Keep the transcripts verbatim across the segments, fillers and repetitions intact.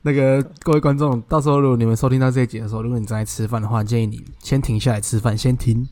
那个各位观众，到时候如果你们收听到这一集的时候，如果你正在吃饭的话，建议你先停下来吃饭，先听。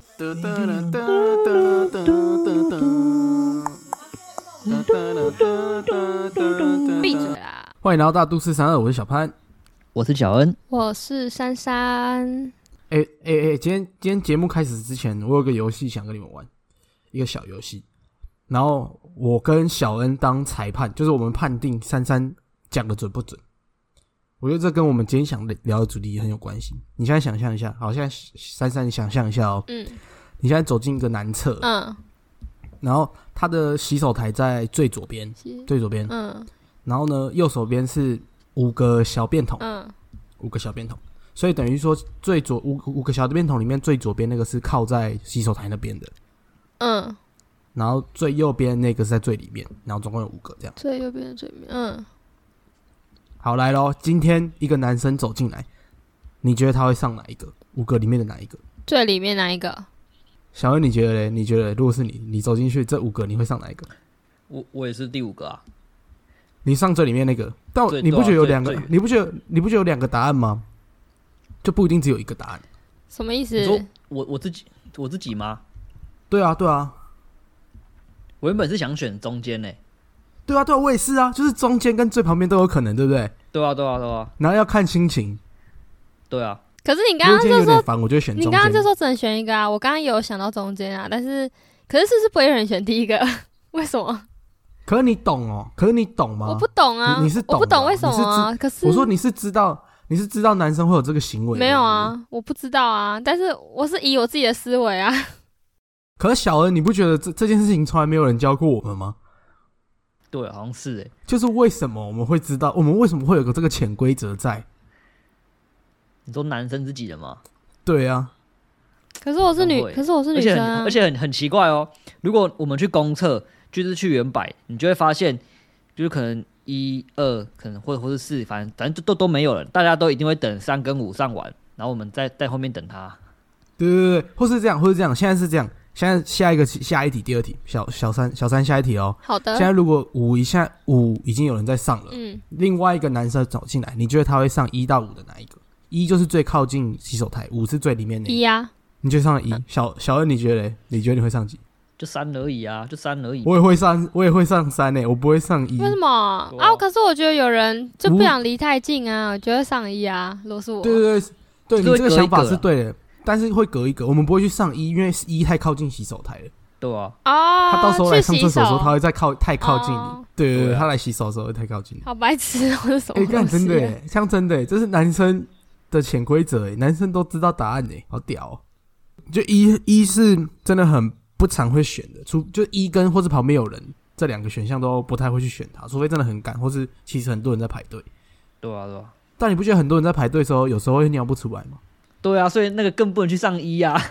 闭嘴啦！ 欢迎来到大都市三二，我是小潘， 我是小恩， 我是珊珊。 哎哎哎，今天今天节目开始之前，我有个游戏想跟你们玩，一个小游戏。然后我跟小恩当裁判，就是我们判定珊珊讲的准不准。我觉得这跟我们今天想聊的主题也很有关系。你现在想象一下，好，现在珊珊你想象一下哦，嗯，你现在走进一个男厕，嗯，然后他的洗手台在最左边，最左边，嗯，然后呢，右手边是五个小便桶，嗯，五个小便桶，所以等于说最左五五个小便桶里面最左边那个是靠在洗手台那边的，嗯，然后最右边那个是在最里面，然后总共有五个这样， 最右边的最里面，嗯。 好，来咯，今天一个男生走进来，你觉得他会上哪一个？五个里面的哪一个？ 最里面哪一个？ 小恩，你觉得嘞？你觉得如果是你，你走进去这五个，你会上哪一个？ 我我也是第五个啊。 你上最里面那个，但你不觉得有两个？你不觉得你不觉得有两个答案吗？就不一定只有一个答案。 什么意思？ 你说我我自己我自己吗？ 对啊，对啊。 我原本是想选中间嘞。 对啊，对啊，我也是啊，就是中间跟最旁边都有可能，对不对？ 对啊，对啊，对啊。 然后要看心情。 对啊。 可是你刚刚就说， 有点烦，我就会选中间。 你刚刚就说只能选一个啊，我刚刚有想到中间啊，但是可是是不是不会有人选第一个？为什么？ 可是你懂哦，可是你懂吗？ 我不懂啊， 你, 你是懂， 我不懂为什么啊？可是我说你是知道，你是知道男生会有这个行为。 没有啊，我不知道啊，但是我是以我自己的思维啊。 可是小恩，你不觉得这这件事情从来没有人教过我们吗？ 对，好像是欸。 就是为什么我们会知道，我们为什么会有个这个潜规则在？ 你说男生自己的吗？ 对啊。 可是我是女，可是我是女生啊， 而且很而且很很奇怪哦。如果我们去公厕，就是去原百，你就会发现，就是可能一二，可能或者或是四，反正反正都都没有了，大家都一定会等三跟五上完，然后我们在在后面等他。 对对对，或是这样，或是这样，现在是这样。现在下一个下一题，第二题，小小三小三下一题哦。 好的。 现在如果五一下五已经有人在上了，嗯，另外一个男生走进来，你觉得他会上一到五的哪一个？一就是最靠近洗手台，五是最里面的。 一啊。 你就上了一。小小二，你觉得嘞？你觉得你会上几？ 就三而已啊，就三而已。 我也会上，我也会上三诶、欸，我不会上一。 为什么啊？啊可是我觉得有人就不想离太近啊，我觉得上一啊，如果是我。 对对对，对你这个想法是对的。但是会隔一个，我们不会去上一，因为一太靠近洗手台了。 对啊， 哦， 他到时候来上厕所的时候，他会再靠太靠近你。哦、对对对，他来洗手的时候会太靠近你。 好白痴哦，是什么？ 哎、欸，干真的耶，像真的耶，这是男生的潜规则耶，男生都知道答案耶，好屌哦。就一一是真的很不常会选的，除就一跟或是旁边有人这两个选项都不太会去选它，除非真的很赶，或是其实很多人在排队。 对啊，对啊。 但你不觉得很多人在排队的时候，有时候会尿不出来吗？ 对啊，所以那个更不能去上一啊，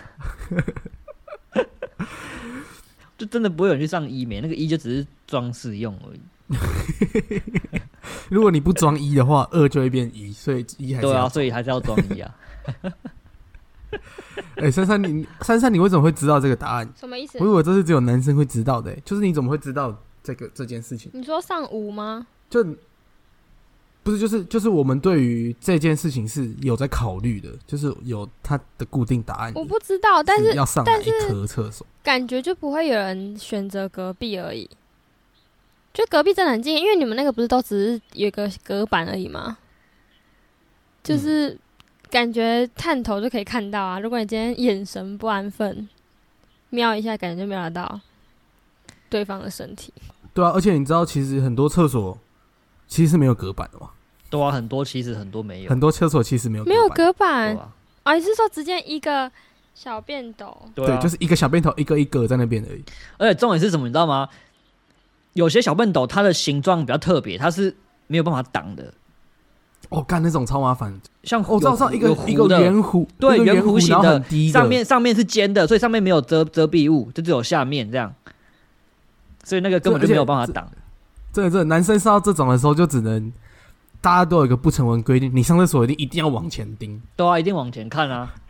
就真的不会有人去上一没，那个一就只是装饰用而已。 如果你不装一的话，二就会变一，所以一还是要对啊，所以还是要装一啊。 哎、欸，珊珊你珊珊你为什么会知道这个答案？ 什么意思？ 我以为这是只有男生会知道的、欸，就是你怎么会知道这个这件事情？ 你说上五吗？ 就。不是，就是就是我们对于这件事情是有在考虑的，就是有它的固定答案。 我不知道，但是要上哪一颗厕所， 感觉就不会有人选择隔壁而已。就隔壁真的很近，因为你们那个不是都只是有一个隔板而已吗？就是感觉探头就可以看到啊。如果你今天眼神不安分，瞄一下，感觉就瞄得到对方的身体。 对啊，而且你知道，其实很多厕所其实是没有隔板的嘛。 对啊，很多其实很多没有， 很多厕所其实没有隔板没有隔板啊、 哦。你是说直接一个小便斗？ 对、啊， 对，就是一个小便斗，一个一个在那边而已。 而且重点是什么，你知道吗？有些小便斗它的形状比较特别，它是没有办法挡的。 哦，干那种超麻烦。 像我知道上一个一个圆弧， 对，圆弧形的，上面上面是尖的，所以上面没有遮遮蔽物，就只有下面这样，所以那个根本就没有办法挡。 真的，真的，男生上到这种的时候，就只能大家都有一个不成文规定，你上厕所一定一定要往前盯。 对啊，一定往前看啊。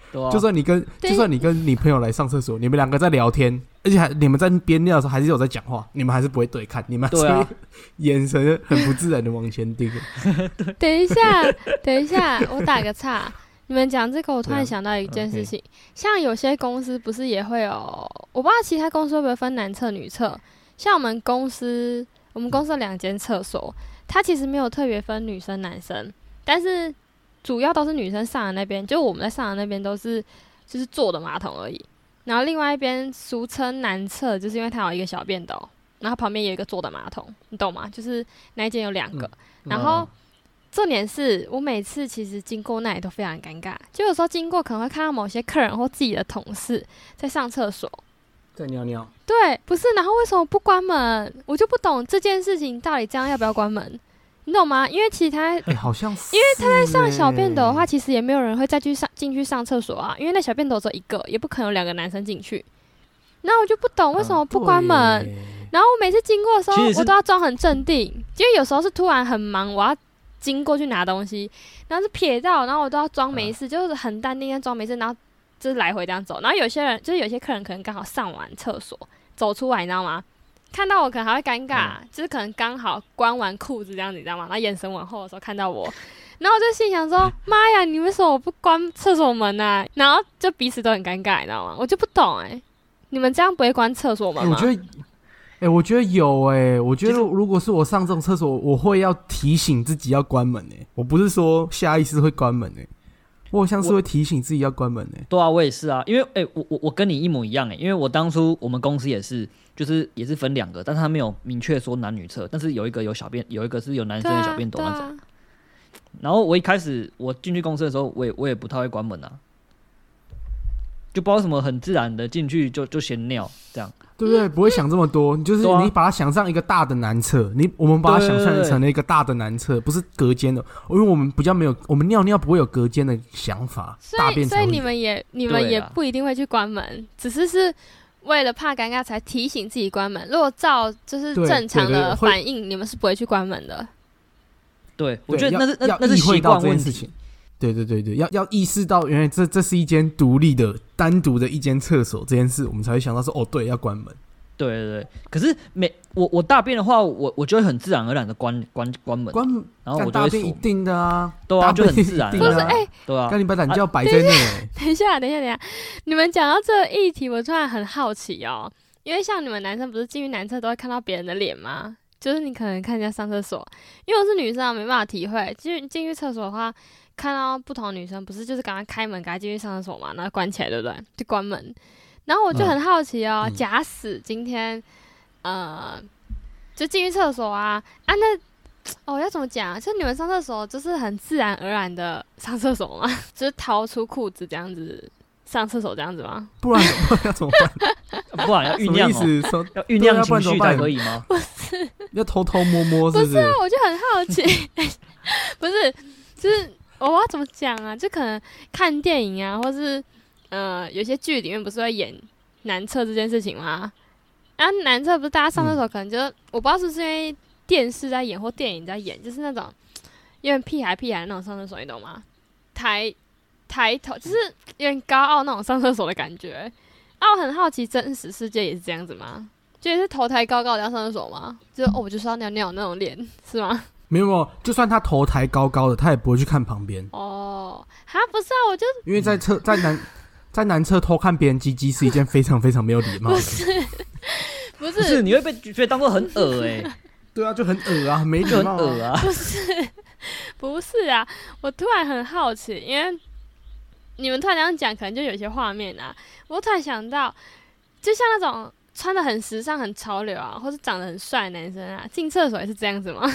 对啊， 就算你跟就算你跟你朋友来上厕所，你们两个在聊天，而且还你们在边尿的时候还是有在讲话，你们还是不会对看，你们还是对啊会眼神很不自然的往前盯。 等一下，等一下，我打个岔。你们讲这个，我突然想到一件事情，像有些公司不是也会有，我不知道其他公司会不会分男厕女厕。像我们公司，我们公司有两间厕所，它其实没有特别分女生男生，但是主要都是女生上的那边，就我们在上的那边都是就是坐的马桶而已。然后另外一边俗称男厕，就是因为它有一个小便斗，然后旁边有一个坐的马桶，你懂吗？就是那一间有两个， 嗯、 然后。重点是我每次其实经过那里都非常尴尬，就有时候经过可能会看到某些客人或自己的同事在上厕所， 在尿尿。 对，不是，然后为什么不关门？我就不懂这件事情到底这样要不要关门，你懂吗？因为其他， 哎、欸，好像是， 因为他在上小便斗的话，其实也没有人会再去上进去上厕所啊，因为那小便斗只有一个，也不可能有两个男生进去。那我就不懂为什么不关门。啊、然后我每次经过的时候，我都要装很镇定，因为有时候是突然很忙，我要。经过去拿东西，然后是瞥到，然后我都要装没事，啊、就是很淡定的装没事，然后就是来回这样走。然后有些人就是有些客人可能刚好上完厕所走出来，你知道吗？看到我可能还会尴尬，嗯、就是可能刚好关完裤子这样子，你知道吗？然后眼神往后的时候看到我，然后我就心想说：“妈呀，你为什么不关厕所门啊？”然后就彼此都很尴尬，你知道吗？我就不懂哎、欸，你们这样不会关厕所门吗？ 欸、我觉得。哎、欸，我觉得有哎、欸，我觉得如果是我上这种厕所，我会要提醒自己要关门哎、欸，我不是说下意识会关门哎、欸，我好像是会提醒自己要关门哎、欸。 对啊，我也是啊，因为哎、欸，我我我跟你一模一样哎、欸，因为我当初我们公司也是，就是也是分两个，但是他没有明确说男女厕，但是有一个有小便，有一个是有男生的小便斗那种。啊啊、然后我一开始我进去公司的时候，我也我也不太会关门啊，就不知道什么很自然的进去就就先尿这样。 对不对？不会想这么多，就是你把它想象一个大的男厕，你我们把它想象成了一个大的男厕，不是隔间的，因为我们比较没有，我们尿尿不会有隔间的想法，大便才会。 所以你们也你们也不一定会去关门，只是是为了怕尴尬才提醒自己关门。如果照就是正常的反应，你们是不会去关门的。 对，我觉得那是那那是习惯问题。对对对对，要要意识到原来这这是一间独立的、单独的一间厕所这件事，我们才会想到说哦，对，要关门。 对对对，可是每我我大便的话，我我就会很自然而然的关关关门， 关门， 然后我就会大便一定的啊， 对啊，就很自然、啊， 不是哎， 对啊， 那你把懒觉摆在那、欸， 等一下，等一下，等一下，你们讲到这个议题，我突然很好奇哦，因为像你们男生不是进去男厕都会看到别人的脸吗？就是你可能看人家上厕所，因为我是女生，没办法体会。进进去厕所的话，看到不同的女生，不是就是赶快开门，赶快进去上厕所嘛，然后关起来，对不对？就关门。然后我就很好奇哦，嗯、假使今天，呃，就进去厕所啊，啊那，哦要怎么讲？就你们上厕所就是很自然而然的上厕所吗？就是掏出裤子这样子。上厕所这样子吗？ 不然不然要怎么办？ 不然要酝酿哦，要酝酿情绪才可以吗？ 不是， 要偷偷摸摸是不是？ 不是啊，我就很好奇，不是，就是我要怎么讲啊？就可能看电影啊，或是呃，有些剧里面不是会演男厕这件事情吗？啊，男厕不是大家上厕所可能就、嗯、我不知道是不是因为电视在演或电影在演，就是那种有点屁孩屁孩那种上厕所，你懂吗？台。抬头就是有点高傲那种上厕所的感觉啊！我很好奇，真实世界也是这样子吗？就也是头抬高高的要上厕所吗？就是哦，我就是要尿尿那种脸是吗？ 没有没有，就算他头抬高高的，他也不会去看旁边。 哦，哈，不是啊，我就因为在厕在男在男厕偷看别人鸡鸡是一件非常非常没有礼貌的。 不是，不是， 不是，你会被觉得当作很恶哎、欸。 对啊，就很恶啊，很没礼貌、啊， 很恶啊。 不是，不是啊，我突然很好奇，因为。你们突然这样讲，可能就有些画面啊。我突然想到，就像那种穿得很时尚、很潮流啊，或是长得很帅的男生啊，进厕所也是这样子吗？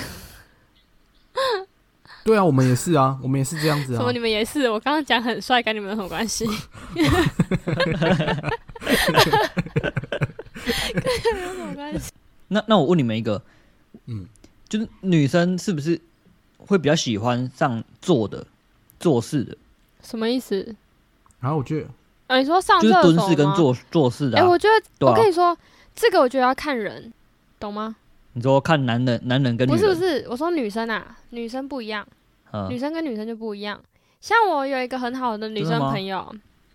对啊，我们也是啊，我们也是这样子啊。 什么？你们也是？我刚刚讲很帅，跟你们有什么关系？跟你们有什么关系？ 那那我问你们一个， 嗯， 就是女生是不是会比较喜欢上坐的、坐式的？ 什么意思？ 然后我觉得， 呃、啊，你说上厕所吗？ 就是蹲式跟坐坐式的、啊。 哎、欸，我觉得、 啊、 我跟你说，这个我觉得要看人，懂吗？ 你说看男人，男人跟女人不是不是，我说女生啊，女生不一样，嗯、女生跟女生就不一样。像我有一个很好的女生朋友，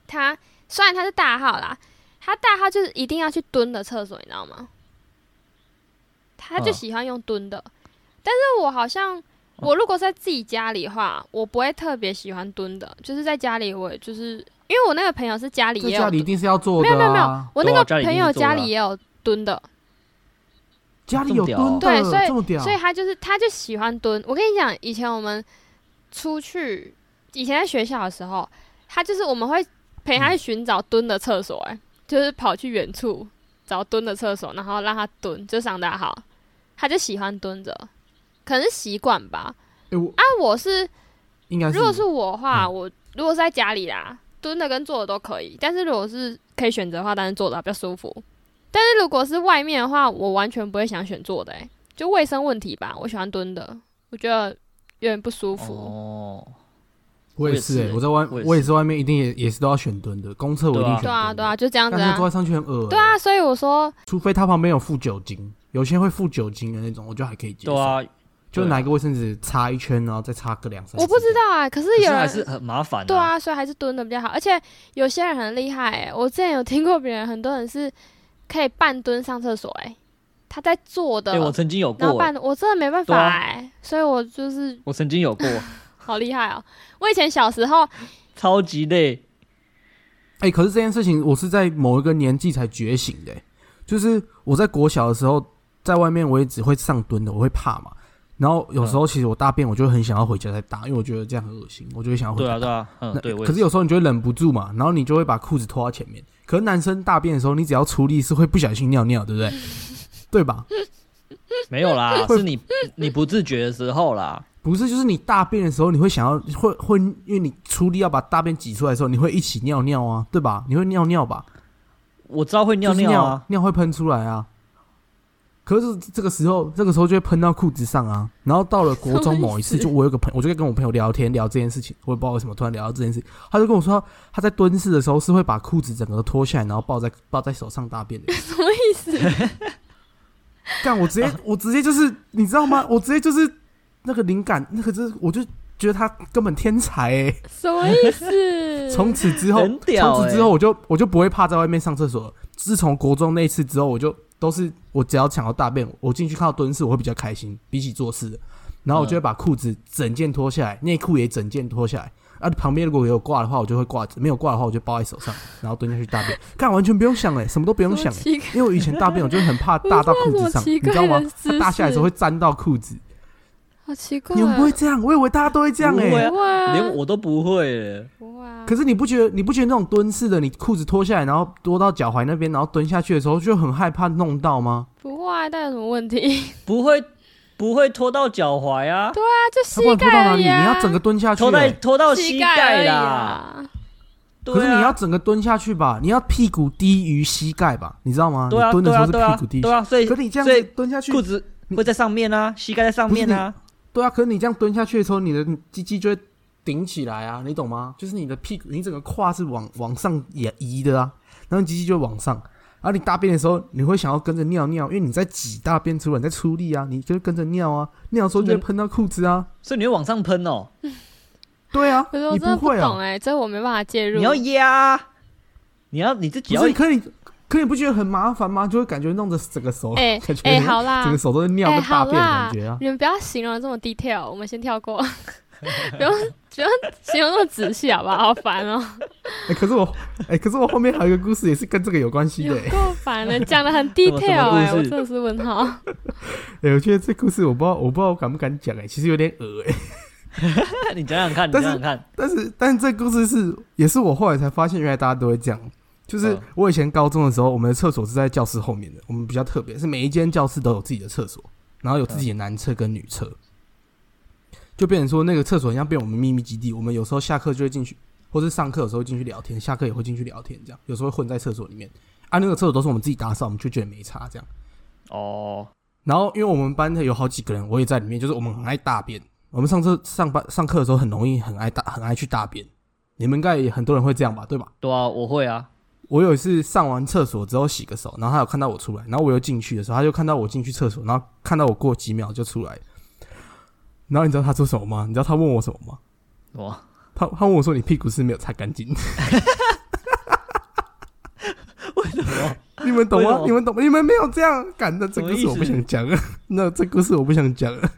他虽然他是大号啦，他大号就是一定要去蹲的厕所，你知道吗？他就喜欢用蹲的，嗯、但是我好像我如果是在自己家里的话，我不会特别喜欢蹲的，就是在家里我就是因为我那个朋友是家里也有， 家里一定是要做的、啊， 没有没有没有，我那个朋友家里也有蹲的。 家里有蹲的， 对，所以所以他就是他就喜欢蹲。我跟你讲，以前我们出去，以前在学校的时候，他就是我们会陪他去寻找蹲的厕所、欸，哎、嗯，就是跑去远处找蹲的厕所，然后让他蹲，就上大号，他就喜欢蹲着，可能是习惯吧。欸、我啊，我是应该是， 如果是我的话，嗯、我如果是在家里啦，蹲的跟坐的都可以，但是如果是可以选择的话，当然坐的比较舒服。但是如果是外面的话，我完全不会想选坐的、欸，就卫生问题吧。我喜欢蹲的，我觉得有点不舒服。 哦，我也是、欸，我在外，我也, 我也是外面一定也也是都要选蹲的，公厕我一定选蹲的。 对啊，对啊，就这样子啊。 但是坐在上去很恶、欸。 对啊，所以我说， 除非他旁边有附酒精，有些会附酒精的那种，我觉得还可以接受。 对啊， 就拿一个卫生纸擦一圈，然后再擦个两三次。 我不知道啊，可是有人可是还是很麻烦、啊。 对啊，所以还是蹲的比较好。而且有些人很厉害、欸，我之前有听过别人，很多人是。可以半蹲上厕所、欸，他在坐的。 对、欸，我曾经有过、欸， 然后半，我真的没办法哎、欸啊，所以我就是我曾经有过， 好厉害哦、喔！我以前小时候超级累， 哎、欸，可是这件事情我是在某一个年纪才觉醒的、欸，就是我在国小的时候，在外面我也只会上蹲的，我会怕嘛。然后有时候其实我大便，我就很想要回家再大，因为我觉得这样很恶心，我就会想要回家大。 对啊，对啊，嗯，对。 可是有时候你就会忍不住嘛，然后你就会把裤子拖到前面。可是男生大便的时候，你只要出力是会不小心尿尿，对不对？对吧？ 没有啦，是你你不自觉的时候啦。 不是，就是你大便的时候，你会想要会会，因为你出力要把大便挤出来的时候，你会一起尿尿啊，对吧？你会尿尿吧？ 我知道会尿尿啊， 就是、尿, 尿会喷出来啊。可是这个时候，这个时候就会喷到裤子上啊。然后到了国中某一次，就我有个朋友，我就跟我朋友聊天聊这件事情，我也不知道为什么突然聊到这件事，他就跟我说，他在蹲式的时候是会把裤子整个都脱下来，然后抱在抱在手上大便的。 什么意思？ 干，我直接我直接就是你知道吗？我直接就是那个灵感，那个就是我就觉得他根本天才哎、欸。 什么意思？ 从此之后，从、欸、此之后我就我就不会怕在外面上厕所了。自从国中那一次之后，我就。都是我只要抢到大便，我进去看到蹲式，我会比较开心，比起做事的。然后我就会把裤子整件脱下来，内裤也整件脱下来。啊，旁边如果有挂的话，我就会挂着；没有挂的话，我就抱在手上，然后蹲下去大便。看完全不用想哎、欸，什么都不用想哎、欸，因为我以前大便我就很怕大到裤子上，你知道吗？它大下来的时候会沾到裤子。 好奇怪、啊！ 你们不会这样？我以为大家都会这样哎、欸， 不会啊， 连我都不会、欸。 不会啊。 可是你不觉得你不觉得那种蹲式的，你裤子脱下来，然后脱到脚踝那边，然后蹲下去的时候，就很害怕弄到吗？ 不会啊，但有什么问题？ 不会，不会拖到脚踝啊。 对啊，就膝盖而已、啊。 不然拖到哪里？你要整个蹲下去、欸， 拖到拖到膝盖啦。 啊、 可是你要整个蹲下去吧，你要屁股低于膝盖吧，你知道吗？ 对啊， 你蹲的时候是屁股低于膝盖。 对啊，所以可是你这样子蹲下去， 裤子会在上面啊，膝盖在上面啊。 对啊，可是你这样蹲下去的时候，你的鸡鸡就会顶起来啊，你懂吗？就是你的屁股，你整个胯是往往上移的啊，然后你鸡鸡就会往上。然后你大便的时候，你会想要跟着尿尿，因为你在挤大便出来，你在出力啊，你就会跟着尿啊，尿的时候就会喷到裤子啊， 所以你会往上喷哦。 对啊， 可是我真的不懂哎、欸，这我没办法介入。 你要压，你要你自己要， 不是可以。可你不觉得很麻烦吗？就会感觉弄着整个手， 哎哎、欸，好啦， 整个手都是尿跟大便的感觉啊！ 你们不要形容的这么 detail， 我们先跳过，不用不用形容那么仔细，好不好？好烦哦、喔！ 哎、欸，可是我，哎、欸，可是我后面还有一个故事，也是跟这个有关系的、欸， 有够烦的，讲的很 detail 哎、欸，我真的是问号。哎、 欸，我觉得这故事我不知道，我不知道我敢不敢讲哎、欸，其实有点恶哎、 欸。你讲讲看，你讲讲看。 但是，但是这故事是也是我后来才发现，原来大家都会这样。就是我以前高中的时候，我们的厕所是在教室后面的。我们比较特别，是每一间教室都有自己的厕所，然后有自己的男厕跟女厕，就变成说那个厕所很像变我们秘密基地。我们有时候下课就会进去，或是上课的时候进去聊天，下课也会进去聊天，这样有时候会混在厕所里面。啊，那个厕所都是我们自己打扫，我们就觉得没差这样。 哦。 然后因为我们班有好几个人，我也在里面，就是我们很爱大便。我们上课上班上课的时候很容易很爱大很爱去大便。你们应该也很多人会这样吧，对吧？ 对啊，我会啊。 我有一次上完厕所之后洗个手，然后他有看到我出来，然后我又进去的时候，他就看到我进去厕所，然后看到我过几秒就出来。然后你知道他说什么吗？你知道他问我什么吗？ 哇！ 他他问我说：“你屁股是没有擦干净。” 你们懂吗？你们懂吗？你们没有这样干，那这故事我不想讲了。那这故事我不想讲了。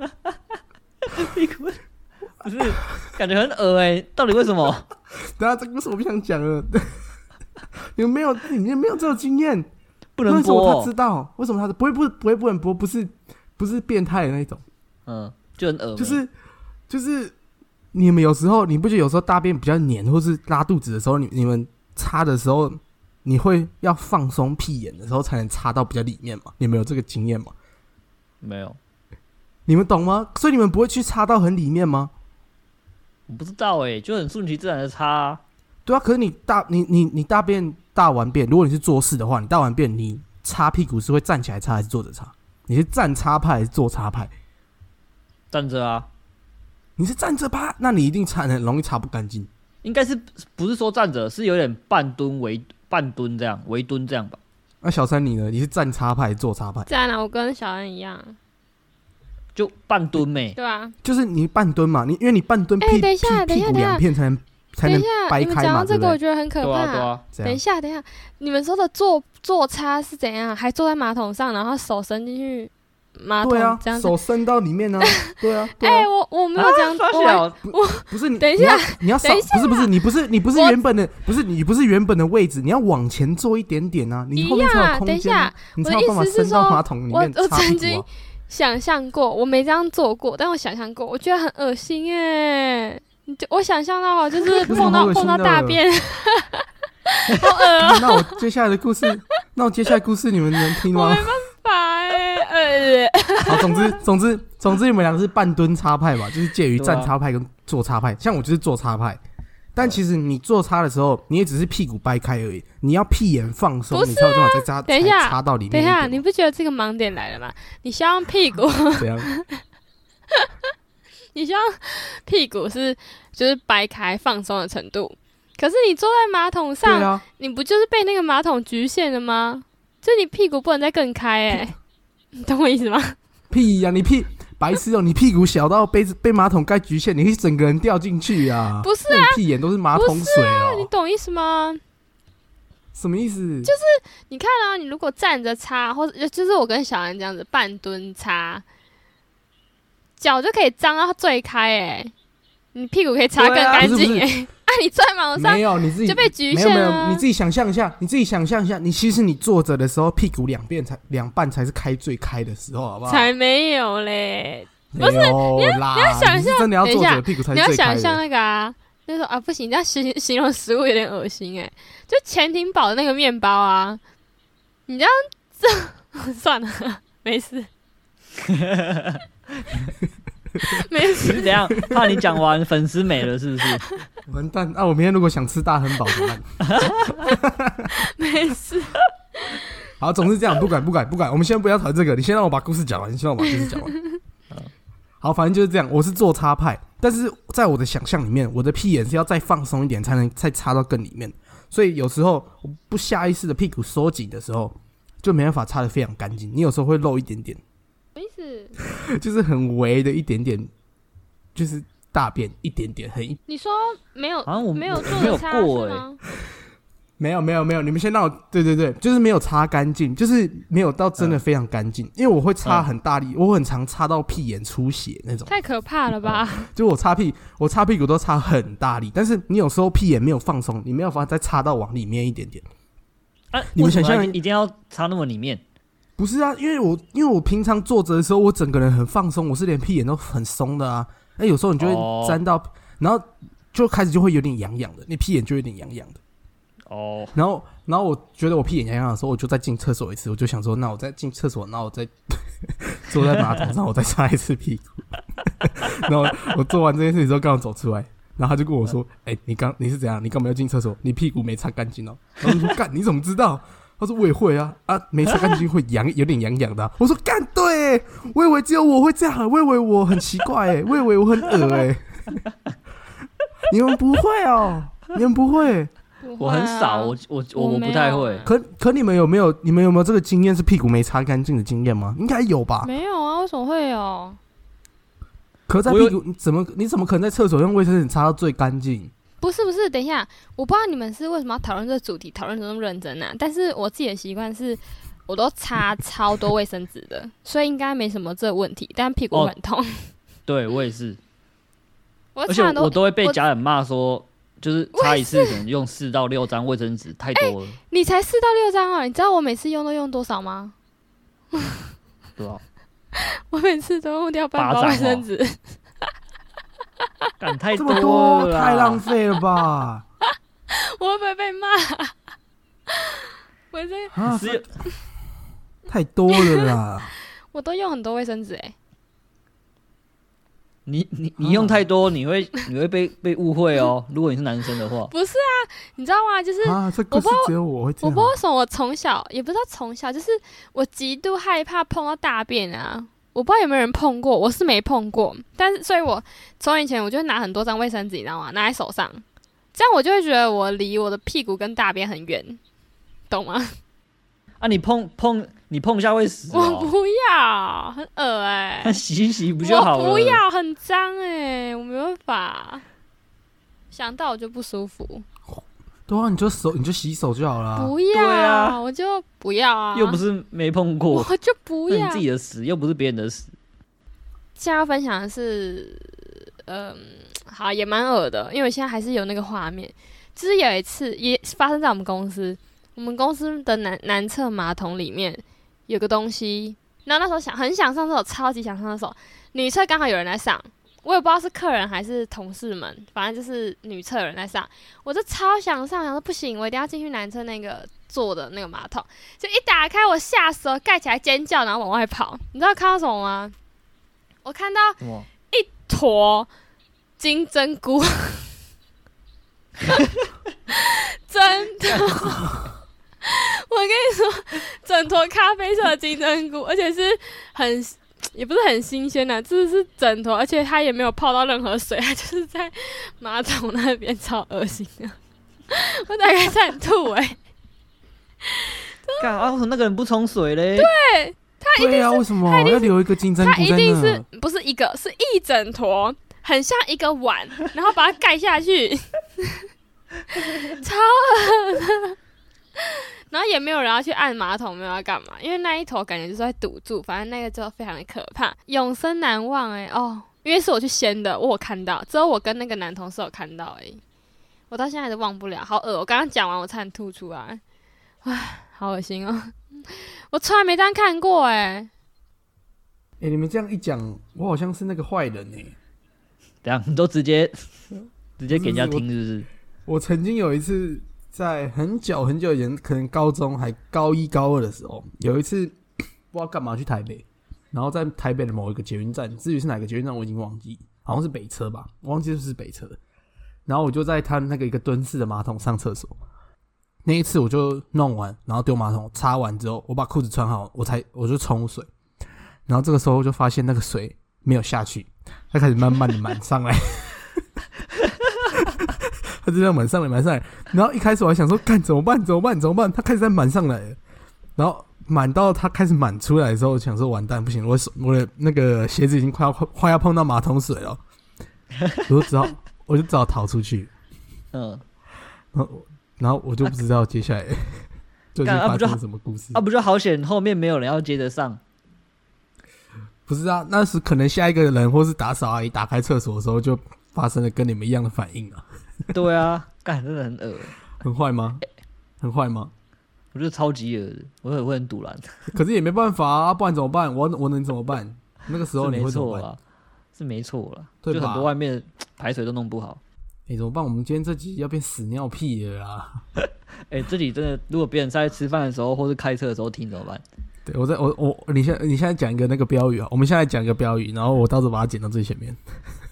不是，感觉很恶哎、欸，到底为什么？ 等下这故事我不想讲了。你们没有，你们没有这种经验， 不能播、哦。 为什么他知道？为什么他不会不不会不能播？不是不是变态的那种， 嗯，就很恶。 就是就是你们有时候你不觉得有时候大便比较黏，或是拉肚子的时候，你你们擦的时候，你会要放松屁眼的时候才能擦到比较里面吗？你们有这个经验吗？ 没有。 你们懂吗？所以你们不会去擦到很里面吗？ 我不知道哎、欸，就很顺其自然的擦、啊。 对啊，可是你大你你你大便大完便，如果你是做事的话，你大完便你擦屁股是会站起来擦还是坐着擦？你是站擦派还是坐擦派？ 站着啊。 你是站着趴，那你一定擦很容易擦不干净。 应该是不是说站着，是有点半蹲围半蹲这样，围蹲这样吧。 那、啊、小三你呢？你是站擦派还是坐擦派？ 站啊，我跟小恩一样。 就半蹲没、欸， 对啊， 就是你半蹲嘛，你因为你半蹲屁、 欸、等一下屁屁股两片才能才能掰开嘛， 你们讲到这个我觉得很可怕。 对啊对啊， 等一下，等一下，你们说的坐坐擦是怎样？还坐在马桶上，然后手伸进去马桶， 对啊， 这样手伸到里面呢、啊？对啊，哎、 欸，我我没有这样， 啊、 我我不是你， 等一下， 你要少，不是不是，你不是你不是原本的，不是你不是原本的位置，你要往前坐一点点啊，你后面才有空间、啊，你才有办法伸到马桶里面擦屁股、啊。 我曾经想象过，我没这样做过，但我想象过，我觉得很恶心哎！我想象到就是碰到碰到大便，好恶啊！ 那我接下来的故事，那我接下来的故事你们能听吗？ 我没办法哎，呃， 好，总之总之总之你们两个是半蹲插派吧，就是介于站插派跟坐插派，像我就是坐插派。但其实你坐插的时候，你也只是屁股掰开而已，你要屁眼放松， 啊、 你才有办法再插， 等一下插到里面。 等一下，你不觉得这个盲点来了吗？你希望屁股怎样？ 你希望屁股是就是掰开放松的程度，可是你坐在马桶上， 啊、 你不就是被那个马桶局限了吗？就你屁股不能再更开哎、欸，你懂我意思吗？ 屁呀、啊，你屁！白痴哦、喔！你屁股小到被被马桶盖局限，你可以整个人掉进去啊！ 不是啊， 屁眼都是马桶水哦、喔啊！你懂意思吗？ 什么意思？ 就是你看啊，你如果站着擦，或者就是我跟小安这样子半蹲擦，脚就可以张到最开哎、欸，你屁股可以擦更干净哎。啊，你坐在马桶上没有你自己就被局限了、啊。 没有没有，你自己想象一下，你自己想象一下，你其实你坐着的时候，屁股两边才两半才是开最开的时候，好不好？ 才没有嘞， 不是你要你要想象，真的要坐着屁股才是最开的。 你要想象那个啊，那个啊不行，你要形形容食物有点恶心哎、欸，就潜艇堡的那个面包啊，你这样这算了，没事。没事， 是怎样？怕你讲完粉丝没了是不是？ 完蛋！啊，我明天如果想吃大亨堡怎么办？ 没事。 好，总是这样，不管不管不管，我们先不要讨论这个，你先让我把故事讲完，你先让我把故事讲完。好，反正就是这样，我是做插派，但是在我的想象里面，我的屁眼是要再放松一点，才能再插到更里面。所以有时候我不下意识的屁股收紧的时候，就没办法插得非常干净。你有时候会漏一点点。 什么意思？ 就是很微的一点点，就是大便一点点，很一。 你说没有？ 好像我没有做没有擦过是吗？ 没有没有没有，你们先让我对对对，就是没有擦干净，就是没有到真的非常干净，嗯、因为我会擦很大力，嗯、我很常擦到屁眼出血那种。 太可怕了吧！ 就我擦屁，我擦屁股都擦很大力，但是你有时候屁眼没有放松，你没有办法再擦到往里面一点点。 啊， 你们想象一定要擦那么里面？ 不是啊，因为我因为我平常坐着的时候，我整个人很放松，我是连屁眼都很松的啊。那有时候你就会沾到，哦、然后就开始就会有点痒痒的，你屁眼就有点痒痒的。 哦。 然后，然后我觉得我屁眼痒痒的时候，我就再进厕所一次，我就想说，那我再进厕所，那我再坐在马桶上，我再擦一次屁股。然后我做完这件事情之后，刚好走出来，然后他就跟我说：“哎、欸，你刚你是怎样？你干嘛要进厕所？你屁股没擦干净哦。”然后我说：“干，你怎么知道？”他说我也会啊啊，没擦干净会痒，有点痒痒的、啊。我说干对，我以为只有我会这样，我以为我很奇怪哎，我以为我很恶哎。你们不会哦，你们不会。 我很少，我我我我不太会。 可可你们有没有？你们有没有这个经验是屁股没擦干净的经验吗？应该有吧？ 没有啊，为什么会有？ 可在屁股你怎么你怎么可能在厕所用卫生纸擦到最干净？ 不是不是，等一下，我不知道你们是为什么要讨论这个主题，讨论得那么认真啊？但是我自己的习惯是，我都擦超多卫生纸的，所以应该没什么这个问题，但屁股很痛。哦、 对我也是， 我而且我都会被家人骂说，就是擦一次可能用四到六张卫生纸，太多了、欸。 你才四到六张啊？你知道我每次用都用多少吗？ 多少？ 我每次都用掉半包卫生纸。 干太多了啦， 太浪费了吧！ 我会不会被骂？我这啊，太多了啦！ 我都用很多卫生纸哎。 你你你用太多，你会你会被被误会哦。如果你是男生的话， 不是啊，你知道吗？就是啊，这个是只有我会这样。 我不知道为什么我从小也不知道从小，就是我极度害怕碰到大便啊。我不知道有没有人碰过，我是没碰过，但是所以我从以前我就会拿很多张卫生纸，你知道吗？拿在手上，这样我就会觉得我离我的屁股跟大便很远，懂吗？ 啊，你碰碰你碰一下会死、哦？ 我不要，很恶哎、欸。 那洗一洗不就好了？ 我不要，很脏哎、欸，我没办法，想到我就不舒服。 对啊，你就手你就洗手就好了。 不要，啊、我就不要啊！ 又不是没碰过， 我就不要。 你自己的屎，又不是别人的屎。 现在要分享的是，嗯，好，也蛮恶的，因为我现在还是有那个画面。就是有一次也发生在我们公司，我们公司的男男厕马桶里面有个东西，然后那时候想很想上厕所，超级想上厕所，女厕刚好有人在上。我也不知道是客人还是同事们，反正就是女厕有人在上，我就超想上，想说不行，我一定要进去男厕那个坐的那个马桶，就一打开我吓死了，盖起来尖叫，然后往外跑。你知道看到什么吗？我看到一坨金针菇，真的，我跟你说，整坨咖啡色的金针菇，而且是很。也不是很新鲜的，这是枕头，而且它也没有泡到任何水，它就是在马桶那边，超恶心的。我大概在吐哎、欸！ 干啊！为什么那个人不冲水嘞？ 对，他一定是对啊，为什么要留一个金针菇在那？ 他一定是不是一个，是一整坨，很像一个碗，然后把它盖下去，超恶的。然后也没有人要去按马桶，没有要干嘛，因为那一头感觉就是会堵住，反正那个就非常的可怕，永生难忘哎、欸、哦，因为是我去掀的，我有看到，只有我跟那个男同事有看到而已，我到现在都忘不了，好恶！我刚刚讲完，我差点吐出来，唉，好恶心哦，我从来没这样看过哎、欸。 哎、欸，你们这样一讲，我好像是那个坏人哎、欸。 这样你都直接直接给人家听，是不是？ 我, 我曾经有一次。在很久很久以前，可能高中还高一高二的时候，有一次不知道干嘛去台北，然后在台北的某一个捷运站，至于是哪个捷运站我已经忘记，好像是北车吧，我忘记是不是北车。然后我就在他那个一个蹲式的马桶上厕所，那一次我就弄完，然后丢马桶，擦完之后，我把裤子穿好，我才我就冲水，然后这个时候就发现那个水没有下去，它开始慢慢的满上来。他就这样满上来，满上来。然后一开始我还想说，干怎么办？怎么办？怎么办？他开始在满上来了，然后满到他开始满出来的时候，我想说完蛋，不行，我手我的那个鞋子已经快要快要碰到马桶水了，我就只好我就只好逃出去。嗯，然后然后我就不知道接下来究竟发生什么故事。 啊，不就好险，后面没有人要接得上。 不是啊，那时可能下一个人或是打扫阿姨打开厕所的时候，就发生了跟你们一样的反应啊。 对啊，干真的很恶， 很坏吗？很坏吗？ 我觉得超级恶的，我会会很堵拦。 可是也没办法啊，不然怎么办？我我能怎么办？那个时候你会怎么办？ 是没错啦， 对吧？ 就很多外面排水都弄不好。 哎、欸，怎么办？我们今天这集要变屎尿屁了啦！ 哎、欸，这集真的，如果别人在吃饭的时候或是开车的时候听怎么办？ 对，我在我我你现你现在讲一个那个标语啊，我们现在讲一个标语，然后我到时候把它剪到最前面。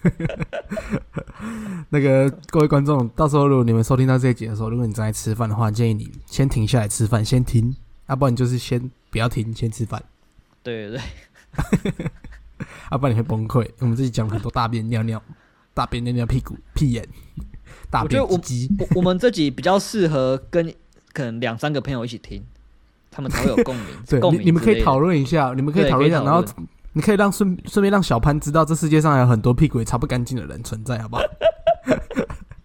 那个各位观众，到时候如果你们收听到这一集的时候，如果你正在吃饭的话，建议你先停下来吃饭，先听，要、啊、不然你就是先不要听，先吃饭。 对对对， 要、啊、不然你会崩溃。我们这集讲很多大便尿尿、大便尿尿、屁股、屁眼、大便鸡鸡。 我觉得 我, 我们这集比较适合跟可能两三个朋友一起听。他们才会有共鸣， 对， 共鸣你, 你们可以讨论一下，你们可以讨论一下，然后你可以让顺顺便让小潘知道，这世界上还有很多屁股也擦不干净的人存在，好不好？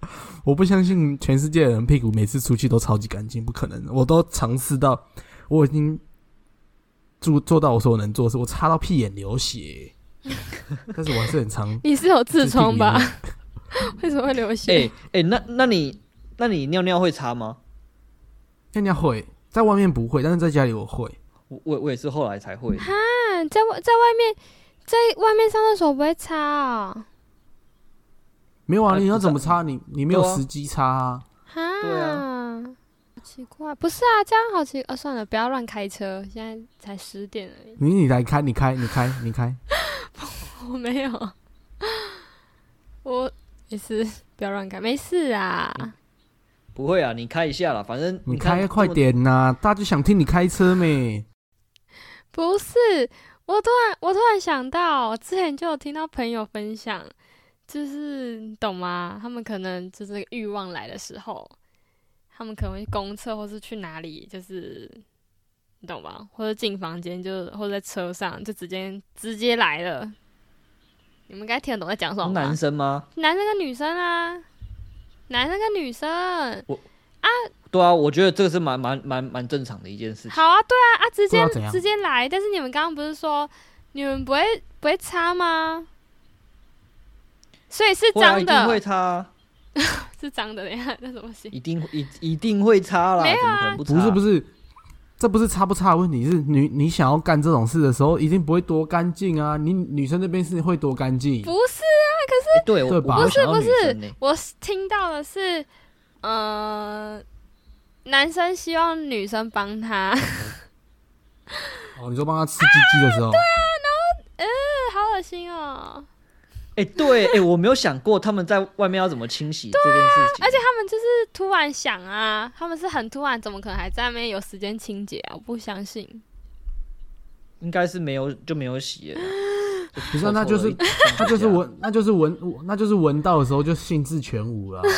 我不相信全世界的人屁股每次出去都超级干净，不可能。我都尝试到，我已经做做到我所能做的事，我擦到屁眼流血，但是我还是很常。 你是有痔疮吧？为什么会流血？ 哎、欸、哎、欸，那那你那你尿尿会擦吗？ 尿尿会，在外面不会，但是在家里我会。 我我我也是后来才会。 哈，在外在外面在外面上厕所不会擦啊、哦？ 没有啊，你要怎么擦？你你没有时机擦啊？ 哈， 对啊， 奇怪，不是啊，这样好奇啊！算了，不要乱开车，现在才十点而已。 你你来开，你开，你开，你开。 我没有，我没事，不要乱开，没事啊。 不会啊，你开一下啦，反正你开快点呐、啊，大家就想听你开车咩？ 不是，我突然我突然想到，之前就有听到朋友分享，就是你懂吗？他们可能就是欲望来的时候，他们可能会去公厕或是去哪里，就是你懂吧？或者进房间，就或者在车上就直接直接来了。你们应该听得懂在讲什么吧？ 男生吗？ 男生跟女生啊，男生跟女生。 我啊，对啊，我觉得这个是蛮蛮蛮蛮正常的一件事情。 好啊，对啊，啊，直接怎样直接来。但是你们刚刚不是说你们不会不会擦吗？所以是脏的， 会啊、一定会擦、啊， 是脏的。等一下，那怎么行？ 一定一一定会擦啦， 没有啊怎么可能不擦？ 不是不是，这不是擦不擦的问题，是你你想要干这种事的时候，一定不会多干净啊。你女生那边是会多干净？ 不是啊，可是、 欸、对， 对吧？ 不是不是， 是，我听到的是，呃，男生希望女生帮他。 哦，你说帮他吃鸡鸡的时候， 啊、对啊，然后呃，好恶心哦。 哎、欸，对，哎、欸，我没有想过他们在外面要怎么清洗这件事情， 而且他们就是突然想啊，他们是很突然，怎么可能还在那边有时间清洁啊？我不相信， 应该是没有就没有洗了。 不是、啊，那就是那就是闻，那就是闻，那就是闻到的时候就兴致全无了。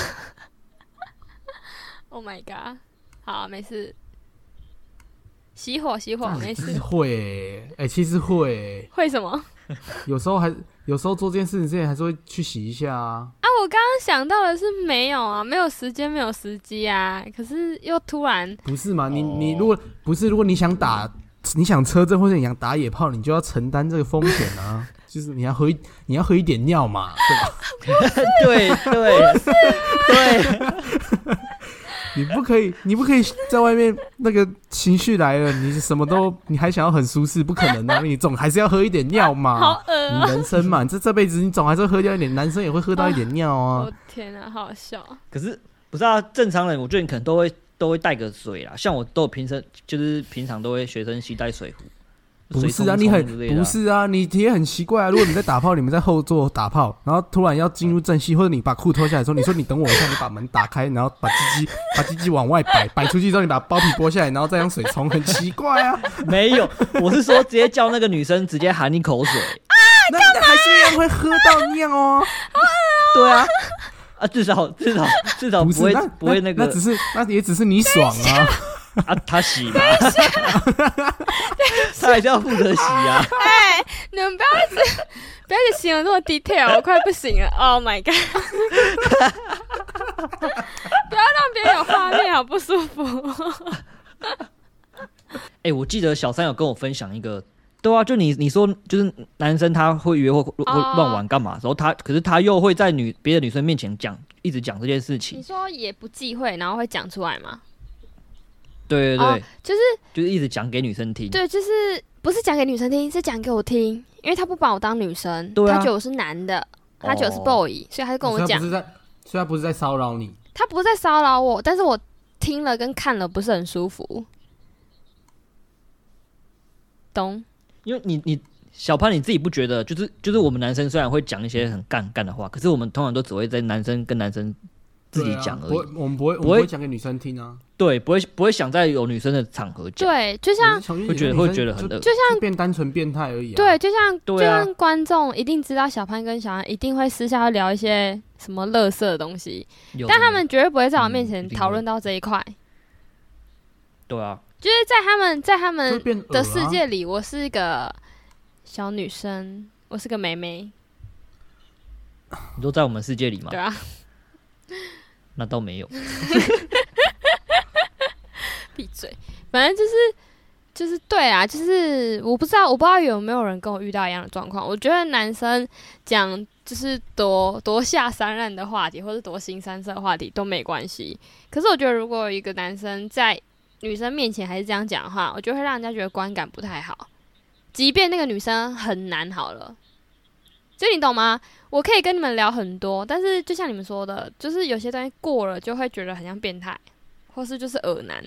Oh my god！ 好，没事，熄火熄火，没事。 会、欸，哎、欸，其实会、欸， 会什么？ 有时候还有时候做这件事情之前还是会去洗一下啊。 啊，我刚刚想到的是没有啊，没有时间，没有时机啊。可是又突然不是嘛？你你如果不是，如果你想打，你想车震或者你想打野炮，你就要承担这个风险啊。就是你要喝你要喝一点尿嘛，对吧？ 对对对。 你不可以，你不可以在外面那个情绪来了，你什么都，你还想要很舒适，不可能啊！你总还是要喝一点尿嘛。 好恶喔、 你人生嘛，这这辈子你总还是会喝掉一点，男生也会喝到一点尿啊。 我、哦、天啊，好好笑。 可是不是啊？正常人我觉得你可能都会都会带个水啦，像我都有平时就是平常都会随身携带水壶。 不是啊，你很不是啊，你也很奇怪啊。如果你在打炮，你们在后座打炮，然后突然要进入正戏，或者你把裤脱下来的时候，你说你等我一下，你把门打开，然后把鸡鸡把鸡鸡往外摆，摆出去之后，你把包皮剥下来，然后再用水冲，很奇怪啊。 没有，我是说直接叫那个女生直接含一口水啊， 那还是一样会喝到尿哦。 对啊，啊，至少至少至少不会不, 不会那个， 那只是那也只是你爽啊。 啊，他洗嘛，他还是要负责洗啊。 哎、欸，你们不要一直不要一直形容这么 detail， 我快不行了。Oh my god！ 不要让别人有画面，好不舒服。 哎、欸，我记得小三有跟我分享一个，对啊，就你你说就是男生他会约会会乱玩干嘛的时候，他可是他又会在女别的女生面前讲，一直讲这件事情。 你说也不忌讳，然后会讲出来吗？ 对对对、哦， 就是就是一直讲给女生听。 对，就是不是讲给女生听，是讲给我听，因为他不把我当女生， 对啊、 他觉得我是男的，他觉得我是 boy，、哦、所以他就跟我讲。 所以他不是在，所以他不是在骚扰你。 他不是在骚扰我，但是我听了跟看了不是很舒服，懂？ 因为你你小潘你自己不觉得，就是就是我们男生虽然会讲一些很干干的话，可是我们通常都只会在男生跟男生自己讲而已、 啊，我们不会不会讲给女生听啊。 对，不会不会想在有女生的场合讲。 对，就像会觉得会觉得很恶， 就像变单纯变态而已、啊。 对，就像对、啊、 就像观众一定知道小潘跟小安一定会私下聊一些什么垃圾的东西，但他们绝对不会在我面前讨论到这一块、嗯。 对啊， 就是在他们在他们的世界里， 啊、 我是一个小女生，我是个妹妹。 你都在我们世界里吗？ 对啊。 那倒没有。 闭嘴，反正就是就是对啊，就是我不知道我不知道有没有人跟我遇到一样的状况。我觉得男生讲就是多多下三滥的话题，或是多新三色的话题都没关系。可是我觉得如果有一个男生在女生面前还是这样讲的话，我觉得会让人家觉得观感不太好。即便那个女生很难好了，就你懂吗？我可以跟你们聊很多，但是就像你们说的，就是有些东西过了就会觉得很像变态，或是就是恶男。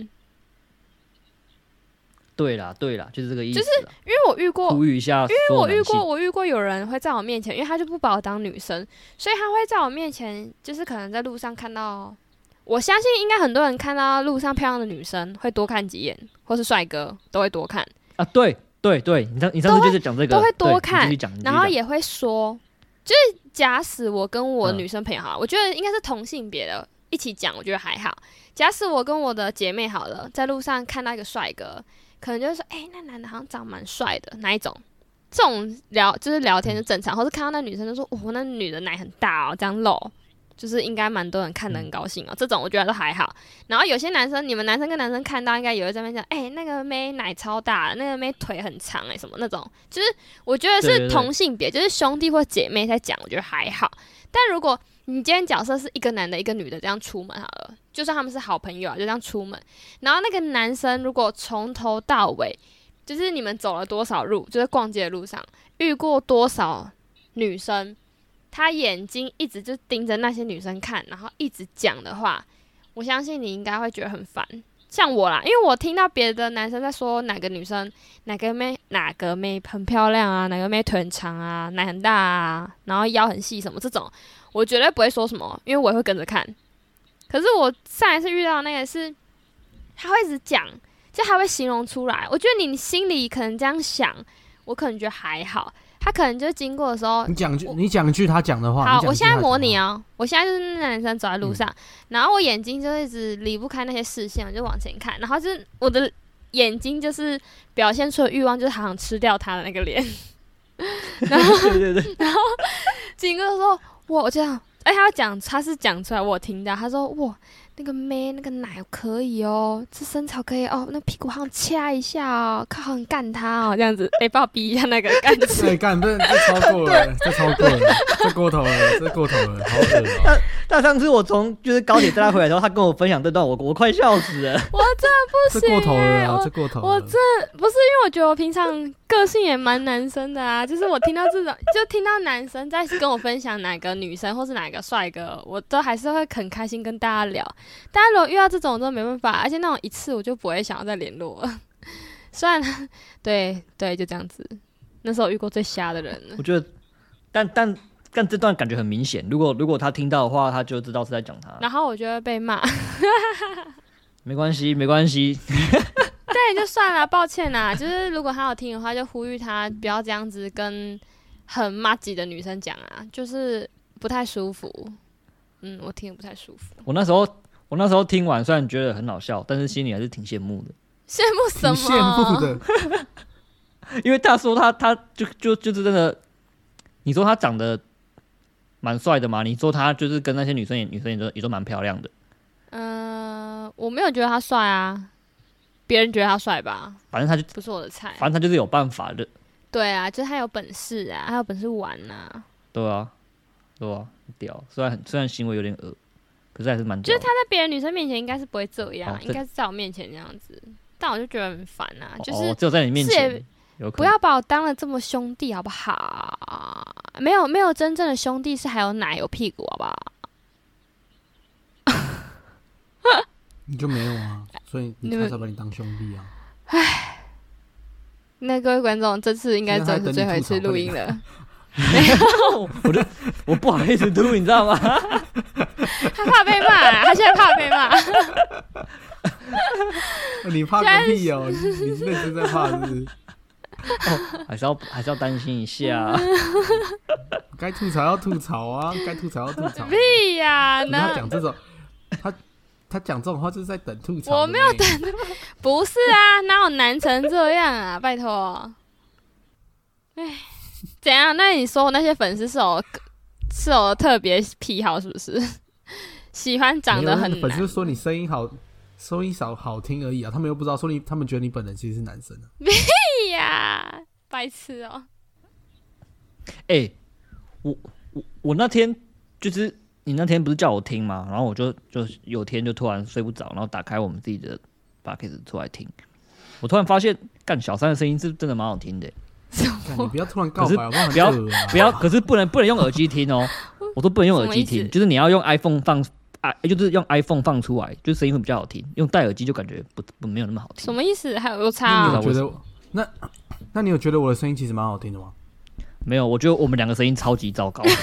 对啦，对啦，就是这个意思。 就是因为我遇过， 呼吁一下， 因为我遇过，我遇过有人会在我面前，因为他就不把我当女生，所以他会在我面前，就是可能在路上看到，我相信应该很多人看到路上漂亮的女生会多看几眼，或是帅哥都会多看啊。对对对，你上你上次就是讲这个， 都会多看， 然后也会说，就是假使我跟我女生朋友好了，嗯、我觉得应该是同性别的一起讲，我觉得还好。假使我跟我的姐妹好了，在路上看到一个帅哥。可能就会说，哎、欸，那男的好像长蛮帅的，哪一种？这种聊就是聊天就正常，或是看到那女生就说，哦，那女的奶很大哦，这样露，就是应该蛮多人看得很高兴哦。这种我觉得都还好。然后有些男生，你们男生跟男生看到，应该也会在那边讲，哎、欸，那个妹奶超大，那个妹腿很长，哎，什么那种，就是我觉得是同性别，就是兄弟或姐妹在讲，我觉得还好。但如果你今天角色是一个男的，一个女的这样出门好了，就算他们是好朋友啊，就这样出门，然后那个男生如果从头到尾，就是你们走了多少路，就是逛街的路上遇过多少女生，他眼睛一直就盯着那些女生看，然后一直讲的话，我相信你应该会觉得很烦。像我啦，因为我听到别的男生在说哪个女生哪个妹哪个妹很漂亮啊，哪个妹腿很长啊，奶很大啊，然后腰很细什么这种，我绝对不会说什么，因为我也会跟着看。可是我上一次遇到的那个是，他会一直讲，就他会形容出来。我觉得你心里可能这样想，我可能觉得还好。他可能就是经过的时候， 你讲句你讲一句他讲的话。 好，我现在模拟哦，我现在就是那男生走在路上，嗯、然后我眼睛就一直离不开那些视线，我就往前看，然后就是我的眼睛就是表现出的欲望，就是好想吃掉他的那个脸。然后，对对对，然后经过的时候，哇，我这样，哎，他讲，他是讲出来，我有听到，他说，哇。那个妹那个奶可以哦，这身材可以哦，那屁股好像掐一下哦，靠很干他哦，这样子，哎、欸，帮我逼一下那个干词。 对，干，这这超过了，这超过了，这过头了，这过头了，好恶哦、 喔。但上次我从就是高铁带他回来的时候，他跟我分享这段，我我快笑死了。 我真的不行、欸， 这过头了啊，这过头了。 我真的不是因为我觉得我平常个性也蛮男生的啊，就是我听到这种，就听到男生在跟我分享哪个女生或是哪个帅哥，我都还是会很开心跟大家聊。大家如果遇到这种，我真的没办法，而且那种一次我就不会想要再联络了。虽然，对对，就这样子。那时候遇过最瞎的人了。 我觉得，但但但这段感觉很明显，如果如果他听到的话，他就知道是在讲他。 然后我就会被骂。 没关系，没关系。 对，就算了，抱歉啦。就是如果他有听的话，就呼吁他不要这样子跟很麻吉的女生讲啊，就是不太舒服。嗯，我听得不太舒服。 我那时候，我那时候听完，虽然觉得很好笑，但是心里还是挺羡慕的。 羡慕什么？ 挺羡慕的。 因为他说他他就就就是真的，你说他长得蛮帅的嘛？你说他就是跟那些女生也女生也都也都蛮漂亮的。 嗯、呃，我没有觉得他帅啊，别人觉得他帅吧。 反正他就不是我的菜。 反正他就是有办法的。 对啊，就是他有本事啊，他有本事玩啊。 对啊，对啊，屌！虽然虽然行为有点恶，可是还是蛮屌的。 就是他在别人女生面前应该是不会这样， 哦、 应该是在我面前这样子。但我就觉得很烦啊， 哦、 就是只有在你面前。 不要把我当了这么兄弟好不好？没有没有真正的兄弟是还有奶有屁股好不好？ 你就没有啊，所以你才把你当兄弟啊。 唉，那各位观众，这次应该真的是最后一次录音了。 没有，我就我不好意思录，你知道吗？ 他怕被骂、啊，他现在怕被骂。 你怕个屁哦！你你认真在怕是不是？ 哦，还是要还是要担心一下。 该吐槽要吐槽啊，该吐槽要吐槽。 屁呀、啊！ 他讲这种，他他讲这种话就是在等吐槽。 我没有等，不是啊，哪有难成这样啊？拜托。哎，怎样？那你说那些粉丝是有是有特别癖好是不是？ 喜欢长得很男。 粉丝说你声音好，声音少好听而已啊，他们又不知道说你，他们觉得你本人其实是男生啊。 屁呀，白痴哦、喔！ 哎、欸，我我我那天就是你那天不是叫我听吗？然后我就就有天就突然睡不着，然后打开我们自己的 podcast 出来听，我突然发现，干小三的声音是真的蛮好听的、欸。 你不要突然告白， 可是不要不要，可是不能不能用耳机听哦。我说不能用耳机听，就是你要用 iPhone 放，啊，就是用 iPhone 放出来，就声音会比较好听。用戴耳机就感觉不不没有那么好听。 什么意思？还有有差啊？ 你有觉得那那你有觉得我的声音其实蛮好听的吗？ 没有，我觉得我们两个声音超级糟糕。